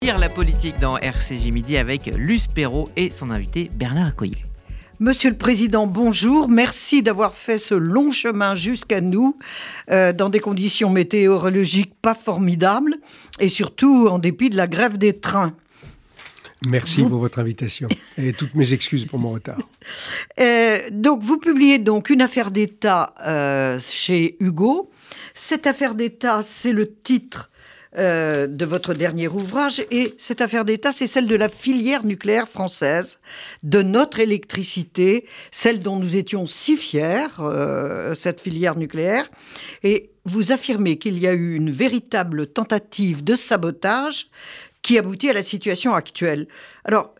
Lire la politique dans RCJ Midi avec Luce Perrault et son invité Bernard Accoyer. Monsieur le Président, bonjour. Merci d'avoir fait ce long chemin jusqu'à nous dans des conditions météorologiques pas formidables et surtout en dépit de la grève des trains. Merci pour votre invitation et toutes mes excuses pour mon retard. Donc, vous publiez donc une affaire d'État chez Hugo. Cette affaire d'État, c'est le titre de votre dernier ouvrage, et cette affaire d'État, c'est celle de la filière nucléaire française, de notre électricité, celle dont nous étions si fiers, cette filière nucléaire, et vous affirmez qu'il y a eu une véritable tentative de sabotage qui aboutit à la situation actuelle. Alors,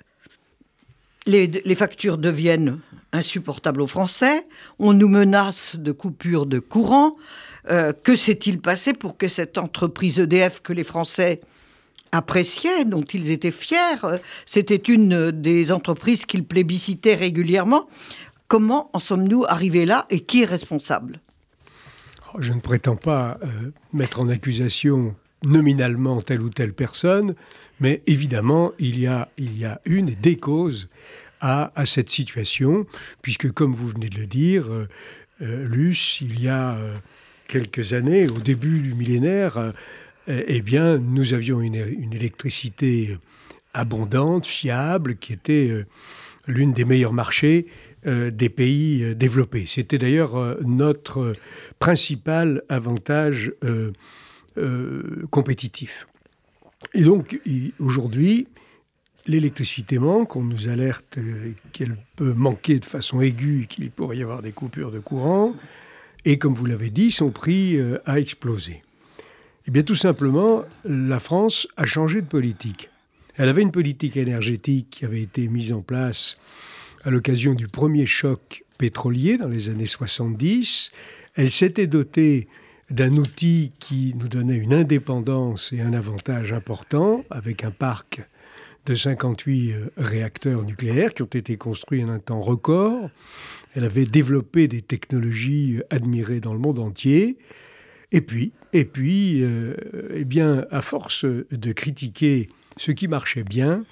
les factures deviennent insupportables aux Français, on nous menace de coupure de courant. Que s'est-il passé pour que cette entreprise EDF que les Français appréciaient, dont ils étaient fiers, c'était une des entreprises qu'ils plébiscitaient régulièrement. Comment en sommes-nous arrivés là et qui est responsable ? Je ne prétends pas mettre en accusation nominalement telle ou telle personne, mais évidemment, il y a une et des causes à cette situation, puisque comme vous venez de le dire, Luce, il y a quelques années, au début du millénaire, nous avions une électricité abondante, fiable, qui était l'une des meilleurs marchés des pays développés. C'était d'ailleurs notre principal avantage compétitif. Et donc, aujourd'hui, l'électricité manque, on nous alerte qu'elle peut manquer de façon aiguë, qu'il pourrait y avoir des coupures de courant. Et comme vous l'avez dit, son prix a explosé. Eh bien, tout simplement, la France a changé de politique. Elle avait une politique énergétique qui avait été mise en place à l'occasion du premier choc pétrolier dans les années 70. Elle s'était dotée d'un outil qui nous donnait une indépendance et un avantage important, avec un parc de 58 réacteurs nucléaires qui ont été construits en un temps record. Elle avait développé des technologies admirées dans le monde entier. Et puis, à force de critiquer ce qui marchait bien,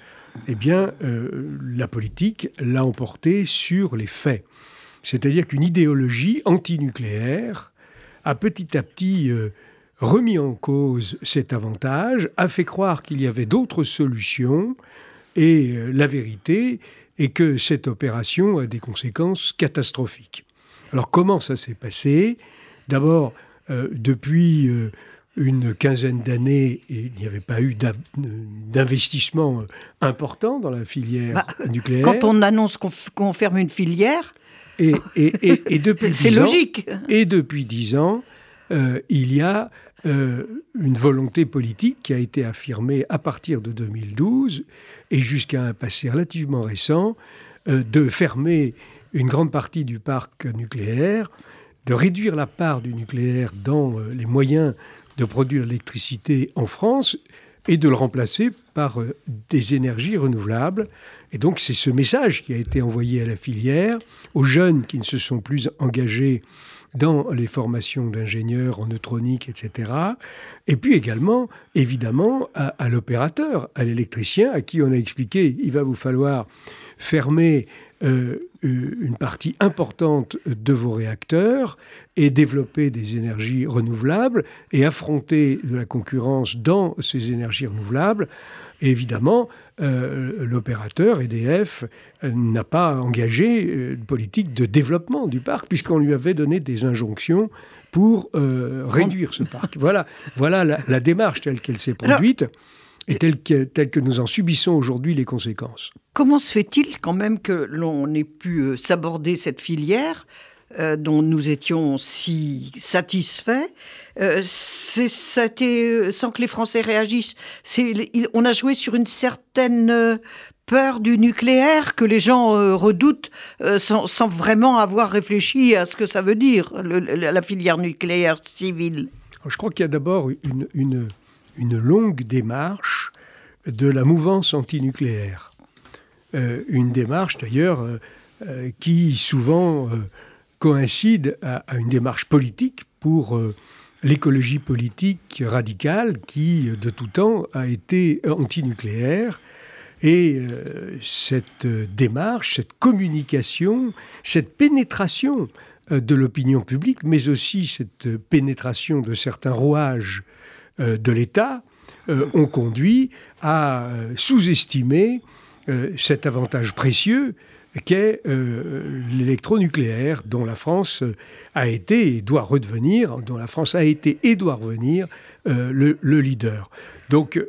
la politique l'a emporté sur les faits. C'est-à-dire qu'une idéologie antinucléaire a petit à petit remis en cause cet avantage, a fait croire qu'il y avait d'autres solutions, et la vérité est que cette opération a des conséquences catastrophiques. Alors comment ça s'est passé ? D'abord, depuis une quinzaine d'années, il n'y avait pas eu d'investissement important dans la filière nucléaire. Quand on annonce qu'on ferme une filière, et depuis c'est logique. Et depuis 10 ans, il y a une volonté politique qui a été affirmée à partir de 2012 et jusqu'à un passé relativement récent de fermer une grande partie du parc nucléaire, de réduire la part du nucléaire dans les moyens de produire l'électricité en France et de le remplacer par des énergies renouvelables. Et donc c'est ce message qui a été envoyé à la filière, aux jeunes qui ne se sont plus engagés dans les formations d'ingénieurs en neutronique, etc. Et puis également, évidemment, à l'opérateur, à l'électricien, à qui on a expliqué il va vous falloir fermer une partie importante de vos réacteurs et développer des énergies renouvelables et affronter de la concurrence dans ces énergies renouvelables. Et évidemment, l'opérateur EDF n'a pas engagé une politique de développement du parc puisqu'on lui avait donné des injonctions pour réduire ce parc. Voilà la démarche telle qu'elle s'est produite. Et telle que nous en subissons aujourd'hui les conséquences. Comment se fait-il quand même que l'on ait pu s'aborder cette filière dont nous étions si satisfaits ça a été sans que les Français réagissent. On a joué sur une certaine peur du nucléaire que les gens redoutent sans vraiment avoir réfléchi à ce que ça veut dire, la filière nucléaire civile. Je crois qu'il y a d'abord une longue démarche de la mouvance antinucléaire. Une démarche, d'ailleurs, qui souvent coïncide à une démarche politique pour l'écologie politique radicale qui, de tout temps, a été antinucléaire. Et cette démarche, cette communication, cette pénétration de l'opinion publique, mais aussi cette pénétration de certains rouages de l'État, ont conduit à sous-estimer cet avantage précieux qu'est l'électronucléaire, dont la France a été et doit redevenir, dont la France a été et doit revenir le leader. Donc,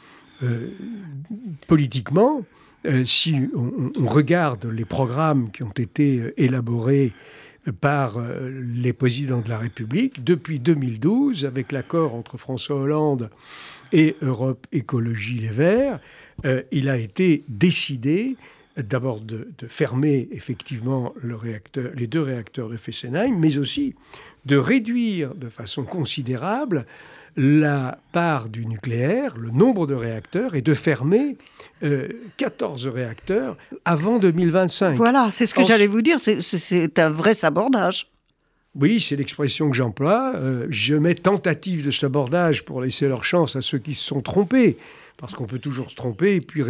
politiquement, si on regarde les programmes qui ont été élaborés par les présidents de la République, depuis 2012, avec l'accord entre François Hollande et Europe Écologie Les Verts, il a été décidé d'abord de fermer effectivement les 2 réacteurs de Fessenheim, mais aussi de réduire de façon considérable la part du nucléaire, le nombre de réacteurs, et de fermer 14 réacteurs avant 2025. Voilà, c'est ce que j'allais vous dire, c'est un vrai sabordage. Oui, c'est l'expression que j'emploie. Je mets tentative de sabordage pour laisser leur chance à ceux qui se sont trompés, parce qu'on peut toujours se tromper et puis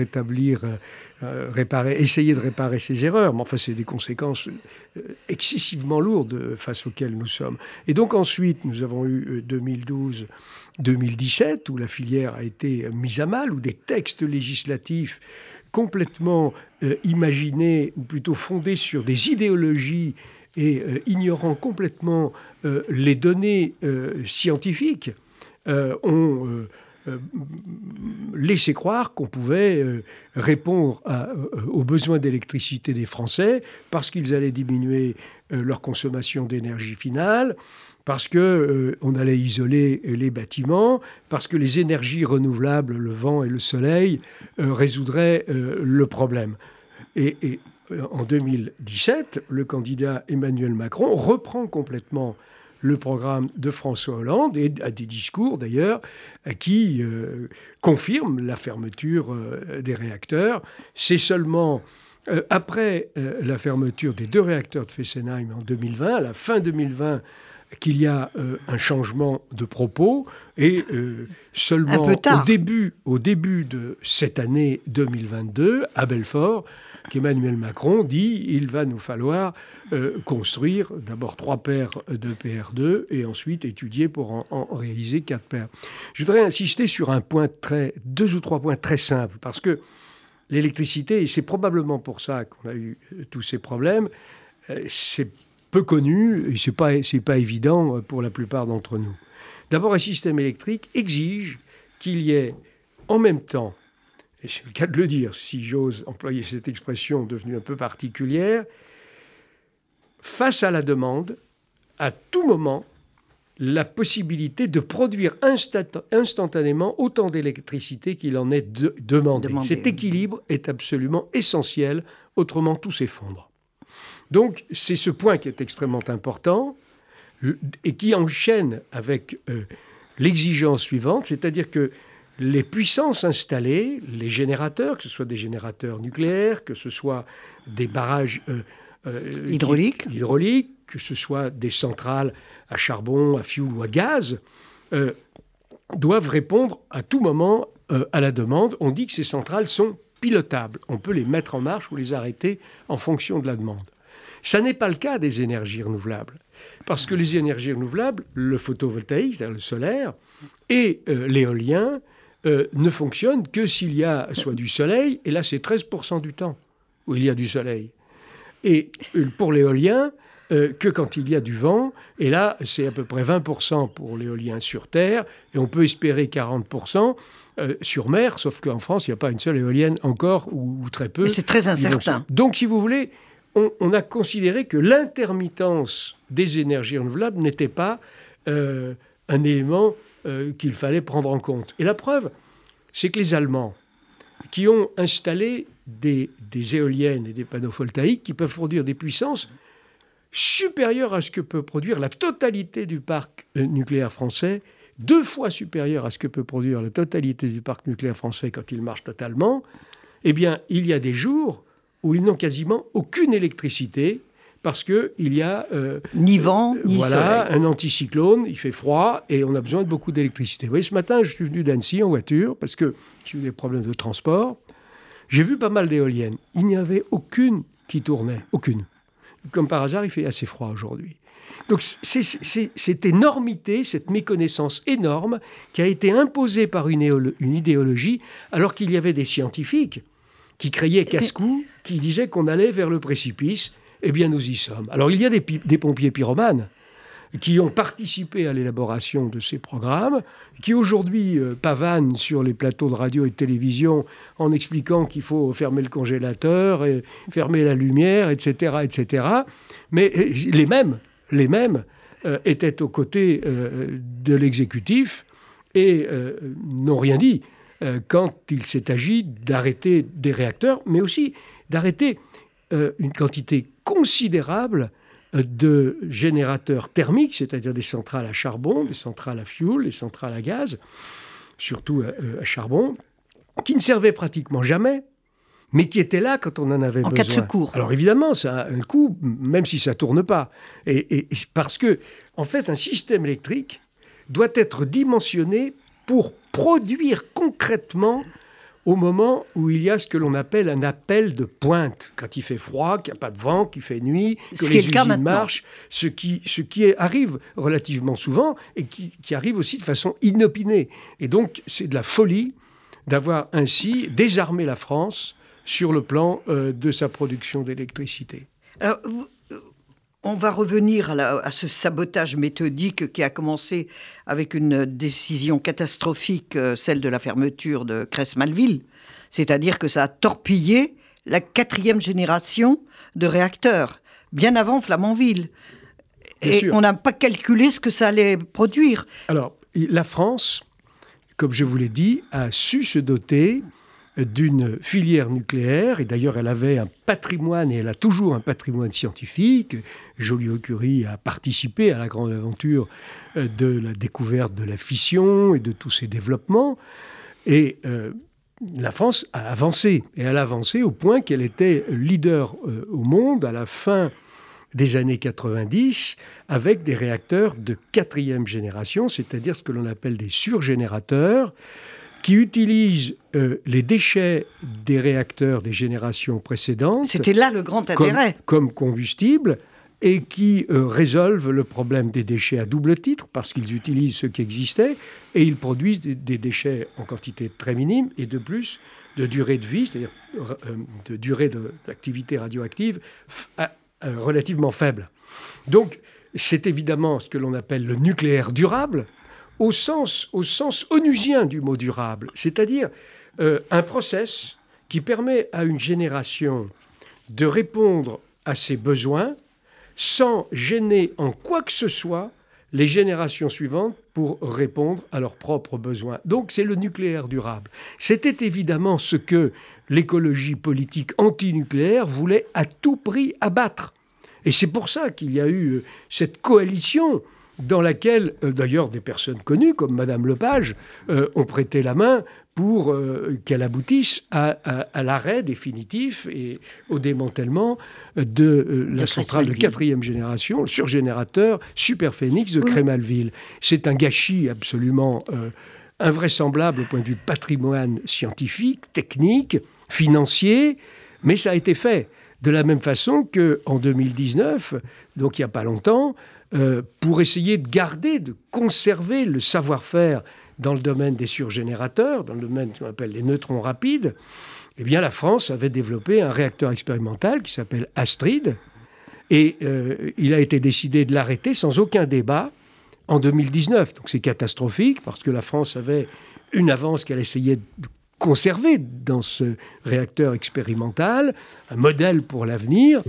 essayer de réparer ses erreurs. Mais enfin, c'est des conséquences excessivement lourdes face auxquelles nous sommes. Et donc ensuite, nous avons eu 2012-2017, où la filière a été mise à mal, où des textes législatifs complètement imaginés, ou plutôt fondés sur des idéologies et ignorant complètement les données scientifiques, ont laissé croire qu'on pouvait répondre aux besoins d'électricité des Français parce qu'ils allaient diminuer leur consommation d'énergie finale, parce qu'on allait isoler les bâtiments, parce que les énergies renouvelables, le vent et le soleil, résoudraient le problème. Et en 2017, le candidat Emmanuel Macron reprend complètement le programme de François Hollande et a des discours d'ailleurs qui confirment la fermeture des réacteurs. C'est seulement après la fermeture des 2 réacteurs de Fessenheim en 2020, à la fin 2020, qu'il y a un changement de propos et seulement au début de cette année 2022, à Belfort, qu'Emmanuel Macron dit il va nous falloir construire d'abord 3 paires de PR2 et ensuite étudier pour en réaliser 4 paires. Je voudrais insister sur 2 ou 3 points très simples, parce que l'électricité, et c'est probablement pour ça qu'on a eu tous ces problèmes, c'est peu connu et c'est pas évident pour la plupart d'entre nous. D'abord, un système électrique exige qu'il y ait en même temps, et c'est le cas de le dire, si j'ose employer cette expression devenue un peu particulière, face à la demande, à tout moment, la possibilité de produire instantanément autant d'électricité qu'il en est demandé. Cet équilibre est absolument essentiel, autrement tout s'effondre. Donc c'est ce point qui est extrêmement important et qui enchaîne avec l'exigence suivante, c'est-à-dire que les puissances installées, les générateurs, que ce soit des générateurs nucléaires, que ce soit des barrages hydrauliques, que ce soit des centrales à charbon, à fioul ou à gaz, doivent répondre à tout moment à la demande. On dit que ces centrales sont pilotables. On peut les mettre en marche ou les arrêter en fonction de la demande. Ça n'est pas le cas des énergies renouvelables. Parce que les énergies renouvelables, le photovoltaïque, c'est-à-dire le solaire, et l'éolien ne fonctionnent que s'il y a soit du soleil, et là c'est 13% du temps où il y a du soleil. Et pour l'éolien, que quand il y a du vent, et là c'est à peu près 20% pour l'éolien sur terre, et on peut espérer 40% sur mer, sauf qu'en France il n'y a pas une seule éolienne encore, ou très peu. Mais c'est très incertain. Donc si vous voulez, on a considéré que l'intermittence des énergies renouvelables n'était pas un élément qu'il fallait prendre en compte. Et la preuve, c'est que les Allemands, qui ont installé des éoliennes et des panneaux photovoltaïques qui peuvent produire des puissances supérieures à ce que peut produire la totalité du parc nucléaire français, 2 fois supérieures à ce que peut produire la totalité du parc nucléaire français quand il marche totalement, eh bien, il y a des jours où ils n'ont quasiment aucune électricité parce qu'il y a ni vent, ni soleil. Un anticyclone, il fait froid et on a besoin de beaucoup d'électricité. Vous voyez, ce matin, je suis venu d'Annecy en voiture parce que j'ai eu des problèmes de transport. J'ai vu pas mal d'éoliennes. Il n'y avait aucune qui tournait, aucune. Comme par hasard, il fait assez froid aujourd'hui. Donc c'est cette énormité, cette méconnaissance énorme qui a été imposée par une idéologie, alors qu'il y avait des scientifiques qui criaient casse-cou, qui disaient qu'on allait vers le précipice. Eh bien, nous y sommes. Alors, il y a des pompiers pyromanes qui ont participé à l'élaboration de ces programmes, qui aujourd'hui pavanent sur les plateaux de radio et de télévision en expliquant qu'il faut fermer le congélateur, et fermer la lumière, etc., etc. Mais les mêmes étaient aux côtés de l'exécutif et n'ont rien dit quand il s'est agi d'arrêter des réacteurs, mais aussi d'arrêter une quantité considérable de générateurs thermiques, c'est-à-dire des centrales à charbon, des centrales à fioul, des centrales à gaz, surtout à charbon, qui ne servaient pratiquement jamais, mais qui étaient là quand on en avait besoin. En cas de secours. Alors évidemment, ça a un coût, même si ça ne tourne pas. Et parce que, en fait, un système électrique doit être dimensionné pour produire concrètement au moment où il y a ce que l'on appelle un appel de pointe, quand il fait froid, qu'il n'y a pas de vent, qu'il fait nuit, que les usines marchent, ce qui arrive relativement souvent et qui arrive aussi de façon inopinée. Et donc, c'est de la folie d'avoir ainsi désarmé la France sur le plan de sa production d'électricité. Alors, on va revenir à ce sabotage méthodique qui a commencé avec une décision catastrophique, celle de la fermeture de Cress-Malville. C'est-à-dire que ça a torpillé la 4e génération de réacteurs, bien avant Flamanville. Et on n'a pas calculé ce que ça allait produire. Alors, la France, comme je vous l'ai dit, a su se doter d'une filière nucléaire, et d'ailleurs elle avait un patrimoine, et elle a toujours un patrimoine scientifique. Joliot-Curie a participé à la grande aventure de la découverte de la fission et de tous ses développements, et la France a avancé, et elle a avancé au point qu'elle était leader au monde à la fin des années 90, avec des réacteurs de 4e génération, c'est-à-dire ce que l'on appelle des surgénérateurs, qui utilisent les déchets des réacteurs des générations précédentes. C'était là le grand intérêt. Comme combustible, et qui résolvent le problème des déchets à double titre, parce qu'ils utilisent ce qui existait, et ils produisent des déchets en quantité très minime, et de plus, de durée de vie, c'est-à-dire de durée d'activité radioactive relativement faible. Donc, c'est évidemment ce que l'on appelle le nucléaire durable, au sens onusien du mot durable, c'est-à-dire un process qui permet à une génération de répondre à ses besoins sans gêner en quoi que ce soit les générations suivantes pour répondre à leurs propres besoins. Donc c'est le nucléaire durable. C'était évidemment ce que l'écologie politique antinucléaire voulait à tout prix abattre. Et c'est pour ça qu'il y a eu cette coalition dans laquelle, d'ailleurs, des personnes connues, comme Madame Lepage, ont prêté la main pour qu'elle aboutisse à l'arrêt définitif et au démantèlement de la centrale de 4e génération, le surgénérateur Superphénix de Cress-Malville. C'est un gâchis absolument invraisemblable au point de vue patrimoine scientifique, technique, financier, mais ça a été fait. De la même façon qu'en 2019, donc il n'y a pas longtemps, pour essayer de garder, de conserver le savoir-faire dans le domaine des surgénérateurs, dans le domaine qu'on appelle les neutrons rapides, eh bien la France avait développé un réacteur expérimental qui s'appelle Astrid, et il a été décidé de l'arrêter sans aucun débat en 2019. Donc c'est catastrophique parce que la France avait une avance qu'elle essayait de conserver dans ce réacteur expérimental, un modèle pour l'avenir.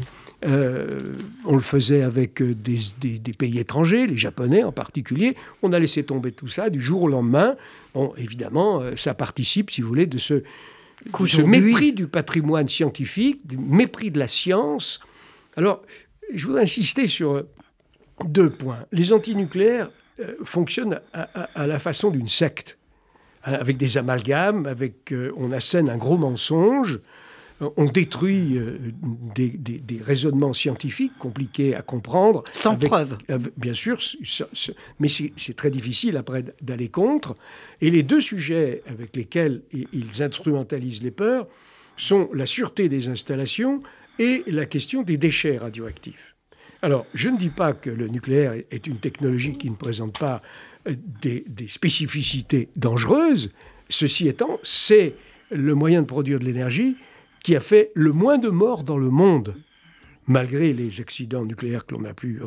On le faisait avec des pays étrangers, les Japonais en particulier. On a laissé tomber tout ça du jour au lendemain. Bon, évidemment, ça participe, si vous voulez, de ce mépris du patrimoine scientifique, du mépris de la science. Alors, je voudrais insister sur 2 points. Les antinucléaires fonctionnent à la façon d'une secte, avec des amalgames, on assène un gros mensonge, on détruit des raisonnements scientifiques compliqués à comprendre. Sans preuve. Bien sûr, mais c'est très difficile après d'aller contre. Et les deux sujets avec lesquels ils instrumentalisent les peurs sont la sûreté des installations et la question des déchets radioactifs. Alors, je ne dis pas que le nucléaire est une technologie qui ne présente pas des spécificités dangereuses. Ceci étant, c'est le moyen de produire de l'énergie qui a fait le moins de morts dans le monde, malgré les accidents nucléaires que l'on a pu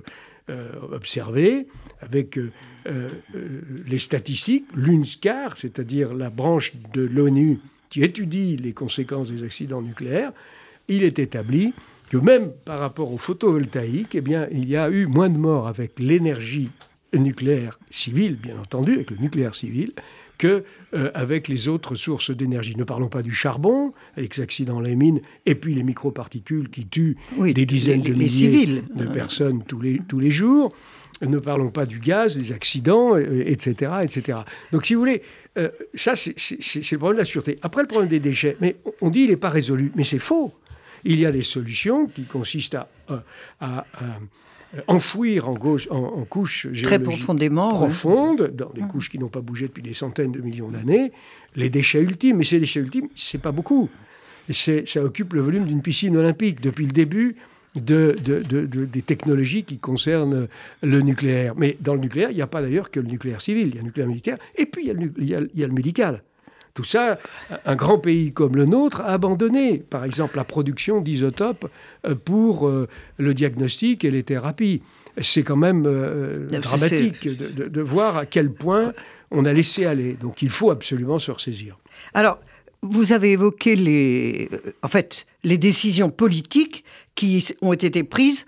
observer, avec les statistiques, l'UNSCAR, c'est-à-dire la branche de l'ONU qui étudie les conséquences des accidents nucléaires. Il est établi que même par rapport au photovoltaïque, eh bien, il y a eu moins de morts avec l'énergie nucléaire civile, bien entendu, avec le nucléaire civil, qu'avec les autres sources d'énergie. Ne parlons pas du charbon, avec les accidents dans les mines, et puis les microparticules qui tuent des dizaines de milliers de personnes tous les jours. Ne parlons pas du gaz, des accidents, etc., etc. Donc, si vous voulez, ça, c'est le problème de la sûreté. Après, le problème des déchets, mais on dit qu'il n'est pas résolu, mais c'est faux. Il y a des solutions qui consistent à enfouir en couches géologiques profondes, dans des couches qui n'ont pas bougé depuis des centaines de millions d'années, les déchets ultimes. Mais ces déchets ultimes, c'est pas beaucoup. Ça occupe le volume d'une piscine olympique depuis le début des technologies qui concernent le nucléaire. Mais dans le nucléaire, il n'y a pas d'ailleurs que le nucléaire civil. Il y a le nucléaire militaire et puis il y a le médical. Tout ça, un grand pays comme le nôtre a abandonné, par exemple, la production d'isotopes pour le diagnostic et les thérapies. C'est quand même dramatique de voir à quel point on a laissé aller. Donc il faut absolument se ressaisir. Alors, vous avez évoqué les décisions politiques qui ont été prises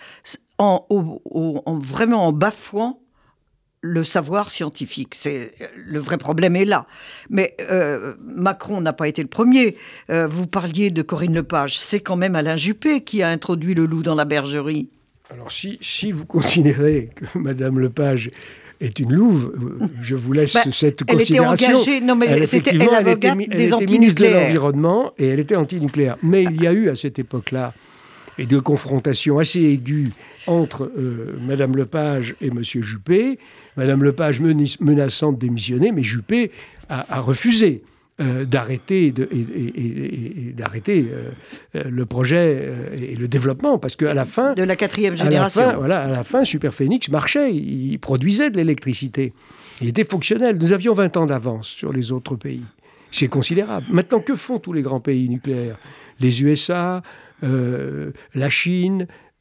vraiment en bafouant le savoir scientifique. Le vrai problème est là. Mais Macron n'a pas été le premier. Vous parliez de Corinne Lepage. C'est quand même Alain Juppé qui a introduit le loup dans la bergerie. Alors si vous considérez que Madame Lepage est une louve, je vous laisse cette considération. Elle était engagée, non mais c'était avocate des anti-nucléaires. Ministre de l'Environnement et elle était anti-nucléaire. Mais il y a eu à cette époque-là des confrontations assez aiguës entre Madame Lepage et Monsieur Juppé. Madame Lepage menaçant de démissionner, mais Juppé a refusé d'arrêter le projet et le développement, parce qu'à la fin... De la 4e génération. À la fin, Superphénix marchait, il produisait de l'électricité. Il était fonctionnel. Nous avions 20 ans d'avance sur les autres pays. C'est considérable. Maintenant, que font tous les grands pays nucléaires ? Les USA, la Chine,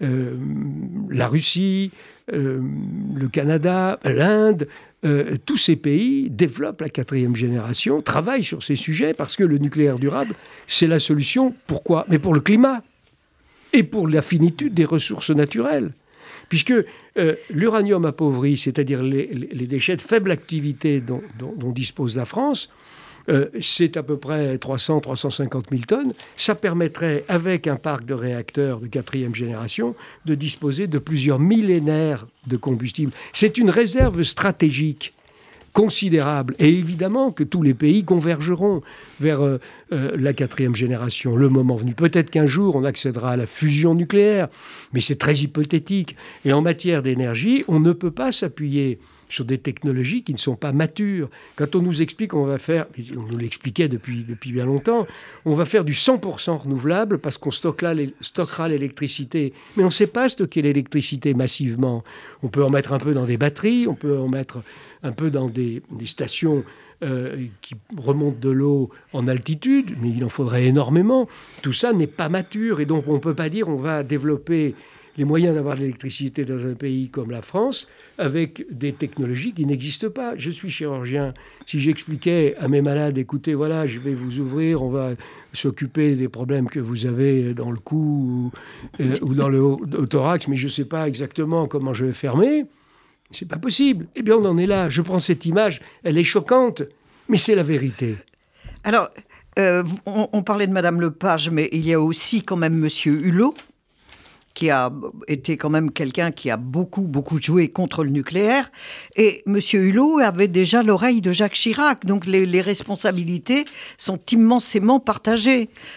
la Russie, le Canada, l'Inde, tous ces pays développent la 4e génération, travaillent sur ces sujets parce que le nucléaire durable, c'est la solution. Pourquoi ? Mais pour le climat et pour la finitude des ressources naturelles. Puisque l'uranium appauvri, c'est-à-dire les déchets de faible activité dont dispose la France, c'est à peu près 300-350 000 tonnes. Ça permettrait, avec un parc de réacteurs de 4e génération, de disposer de plusieurs millénaires de combustible. C'est une réserve stratégique considérable. Et évidemment que tous les pays convergeront vers la 4e génération, le moment venu. Peut-être qu'un jour, on accédera à la fusion nucléaire, mais c'est très hypothétique. Et en matière d'énergie, on ne peut pas s'appuyer sur des technologies qui ne sont pas matures. Quand on nous explique qu'on va faire, on nous l'expliquait depuis bien longtemps, on va faire du 100% renouvelable parce qu'on stockera l'électricité. Mais on ne sait pas stocker l'électricité massivement. On peut en mettre un peu dans des batteries, on peut en mettre un peu dans des stations qui remontent de l'eau en altitude, mais il en faudrait énormément. Tout ça n'est pas mature et donc on ne peut pas dire on va développer les moyens d'avoir de l'électricité dans un pays comme la France avec des technologies qui n'existent pas. Je suis chirurgien. Si j'expliquais à mes malades, écoutez, voilà, je vais vous ouvrir, on va s'occuper des problèmes que vous avez dans le cou ou dans le haut thorax, mais je ne sais pas exactement comment je vais fermer, c'est pas possible. Eh bien, on en est là. Je prends cette image, elle est choquante, mais c'est la vérité. Alors, on parlait de Madame Lepage, mais il y a aussi quand même Monsieur Hulot, qui a été quand même quelqu'un qui a beaucoup joué contre le nucléaire. Et M. Hulot avait déjà l'oreille de Jacques Chirac. Donc les responsabilités sont immensément partagées.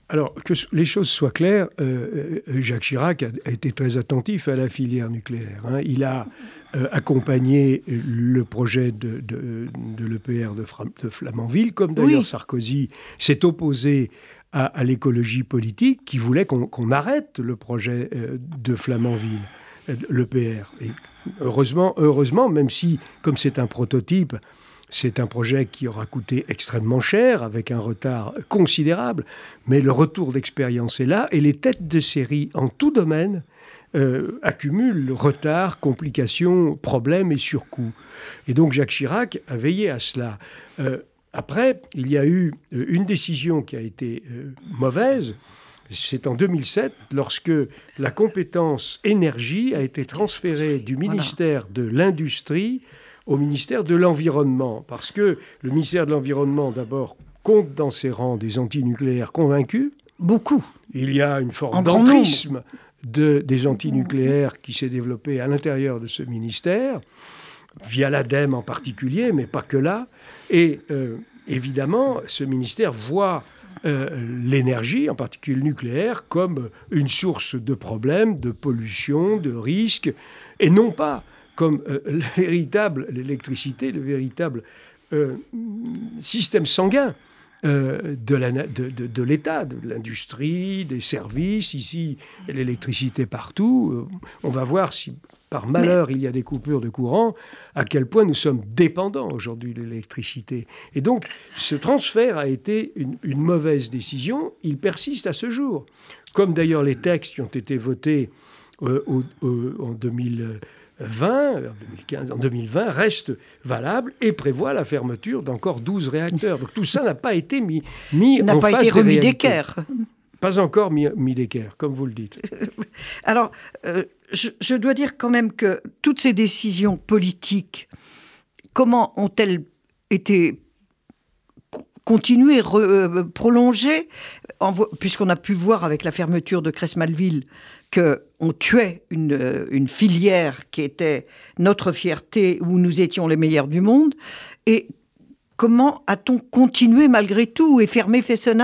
Alors, que les choses soient claires, Jacques Chirac a été très attentif à la filière nucléaire. Il a accompagné le projet de l'EPR de Flamanville, comme d'ailleurs Sarkozy s'est opposé à l'écologie politique qui voulait qu'on arrête le projet de Flamanville, l'EPR. Et heureusement, même si, comme c'est un prototype, c'est un projet qui aura coûté extrêmement cher, avec un retard considérable, mais le retour d'expérience est là, et les têtes de série en tout domaine accumulent retard, complications, problèmes et surcoûts. Et donc Jacques Chirac a veillé à cela. Après, il y a eu une décision qui a été mauvaise. C'est en 2007, lorsque la compétence énergie a été transférée du ministère de l'Industrie au ministère de l'Environnement. Parce que le ministère de l'Environnement, d'abord, compte dans ses rangs des antinucléaires convaincus. Beaucoup. Il y a une forme d'entrisme des antinucléaires qui s'est développée à l'intérieur de ce ministère, via l'ADEME en particulier, mais pas que là. Et évidemment, ce ministère voit l'énergie, en particulier le nucléaire, comme une source de problèmes, de pollution, de risques, et non pas comme l'électricité, le véritable système sanguin de l'État, de l'industrie, des services. Ici, l'électricité partout. On va voir si, par malheur, il y a des coupures de courant, à quel point nous sommes dépendants aujourd'hui de l'électricité. Et donc, ce transfert a été une mauvaise décision. Il persiste à ce jour. Comme d'ailleurs les textes qui ont été votés en 2020 reste valable et prévoit la fermeture d'encore 12 réacteurs. Donc tout ça n'a pas été mis en face des remis réalités. d'équerre. Pas encore mis d'équerre, comme vous le dites. Alors, je dois dire quand même que toutes ces décisions politiques, comment ont-elles été continuées, prolongées, puisqu'on a pu voir avec la fermeture de Cressmalville qu'on tuait une filière qui était notre fierté, où nous étions les meilleurs du monde. Et comment a-t-on continué malgré tout et fermé Fessenheim ?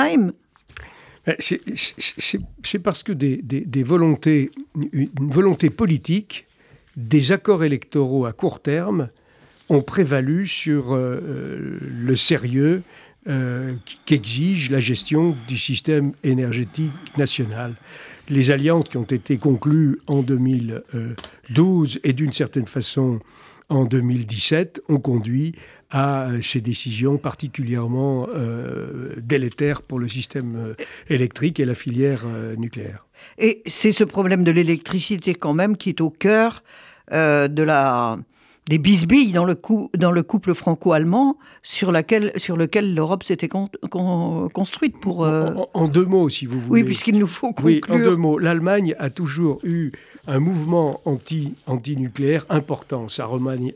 C'est parce que une volonté politique, des accords électoraux à court terme ont prévalu sur le sérieux qu'exige la gestion du système énergétique national. Les alliances qui ont été conclues en 2012 et d'une certaine façon en 2017 ont conduit à ces décisions particulièrement délétères pour le système électrique et la filière nucléaire. Et c'est ce problème de l'électricité quand même qui est au cœur des bisbilles dans le couple franco-allemand sur lequel l'Europe s'était construite pour... En deux mots, si vous voulez. Oui, puisqu'il nous faut conclure. Oui, en deux mots. L'Allemagne a toujours eu un mouvement anti-nucléaire important. Ça remonte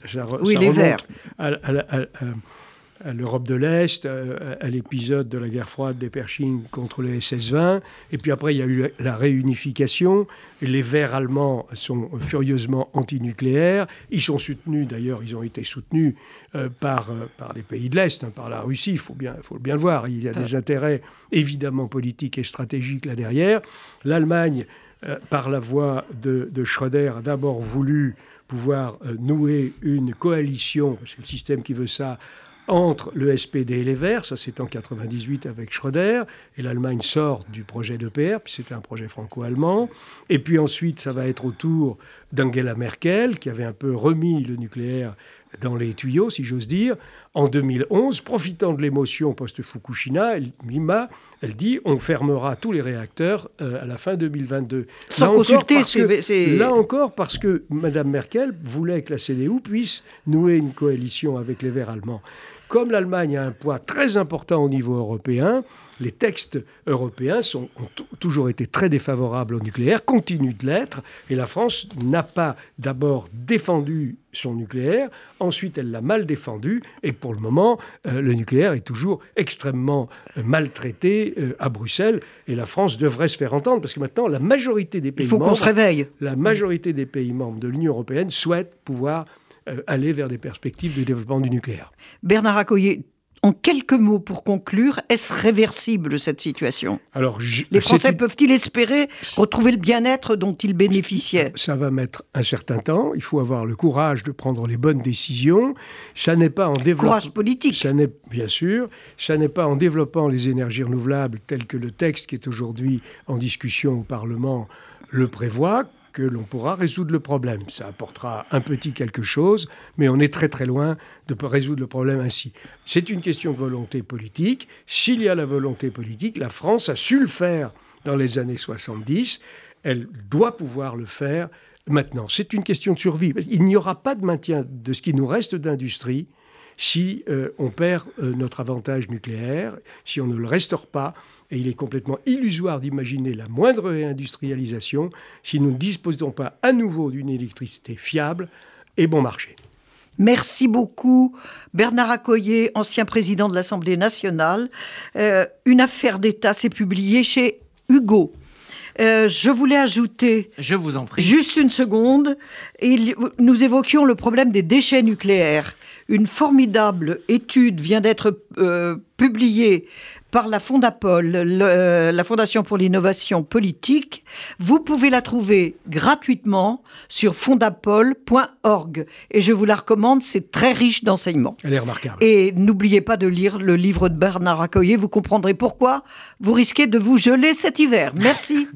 à l'Europe de l'Est, à l'épisode de la guerre froide des Pershing contre les SS-20. Et puis après, il y a eu la réunification. Les Verts allemands sont furieusement antinucléaires. Ils sont soutenus, d'ailleurs, ils ont été soutenus par les pays de l'Est, par la Russie. Il faut bien le voir. Il y a des intérêts évidemment politiques et stratégiques là derrière. L'Allemagne, par la voie de Schröder, a d'abord voulu pouvoir nouer une coalition, c'est le système qui veut ça, entre le SPD et les Verts, ça c'est en 98 avec Schröder, et l'Allemagne sort du projet d'EPR, puis c'était un projet franco-allemand, et puis ensuite ça va être au tour d'Angela Merkel, qui avait un peu remis le nucléaire dans les tuyaux, si j'ose dire. En 2011, profitant de l'émotion post-Fukushima, elle dit on fermera tous les réacteurs à la fin 2022. Sans consulter, Là encore, parce que Mme Merkel voulait que la CDU puisse nouer une coalition avec les Verts allemands. Comme l'Allemagne a un poids très important au niveau européen, les textes européens ont toujours été très défavorables au nucléaire, continuent de l'être, et la France n'a pas d'abord défendu son nucléaire, ensuite elle l'a mal défendu, et pour le moment, le nucléaire est toujours extrêmement maltraité à Bruxelles, et la France devrait se faire entendre, parce que maintenant, la majorité des pays membres... Il faut qu'on se réveille. La majorité des pays membres de l'Union européenne souhaitent pouvoir aller vers des perspectives de développement du nucléaire. Bernard Accoyer, En quelques mots pour conclure, est-ce réversible cette situation ? Alors, les Français peuvent-ils espérer retrouver le bien-être dont ils bénéficiaient ? Ça va mettre un certain temps. Il faut avoir le courage de prendre les bonnes décisions. Ça n'est pas en développant... Courage politique. Bien sûr. Ça n'est pas en développant les énergies renouvelables tel que le texte qui est aujourd'hui en discussion au Parlement le prévoit que l'on pourra résoudre le problème. Ça apportera un petit quelque chose, mais on est très très loin de résoudre le problème ainsi. C'est une question de volonté politique. S'il y a la volonté politique, la France a su le faire dans les années 70. Elle doit pouvoir le faire maintenant. C'est une question de survie. Il n'y aura pas de maintien de ce qui nous reste d'industrie si on perd notre avantage nucléaire, si on ne le restaure pas. Et il est complètement illusoire d'imaginer la moindre réindustrialisation si nous ne disposons pas à nouveau d'une électricité fiable et bon marché. Merci beaucoup, Bernard Accoyer, ancien président de l'Assemblée nationale. Une affaire d'État s'est publiée chez Hugo. Je voulais ajouter... Je vous en prie. Juste une seconde. Nous évoquions le problème des déchets nucléaires. Une formidable étude vient d'être publiée par la Fondapol, la Fondation pour l'innovation politique. Vous pouvez la trouver gratuitement sur fondapol.org. Et je vous la recommande, c'est très riche d'enseignements. Elle est remarquable. Et n'oubliez pas de lire le livre de Bernard Accoyer. Vous comprendrez pourquoi vous risquez de vous geler cet hiver. Merci.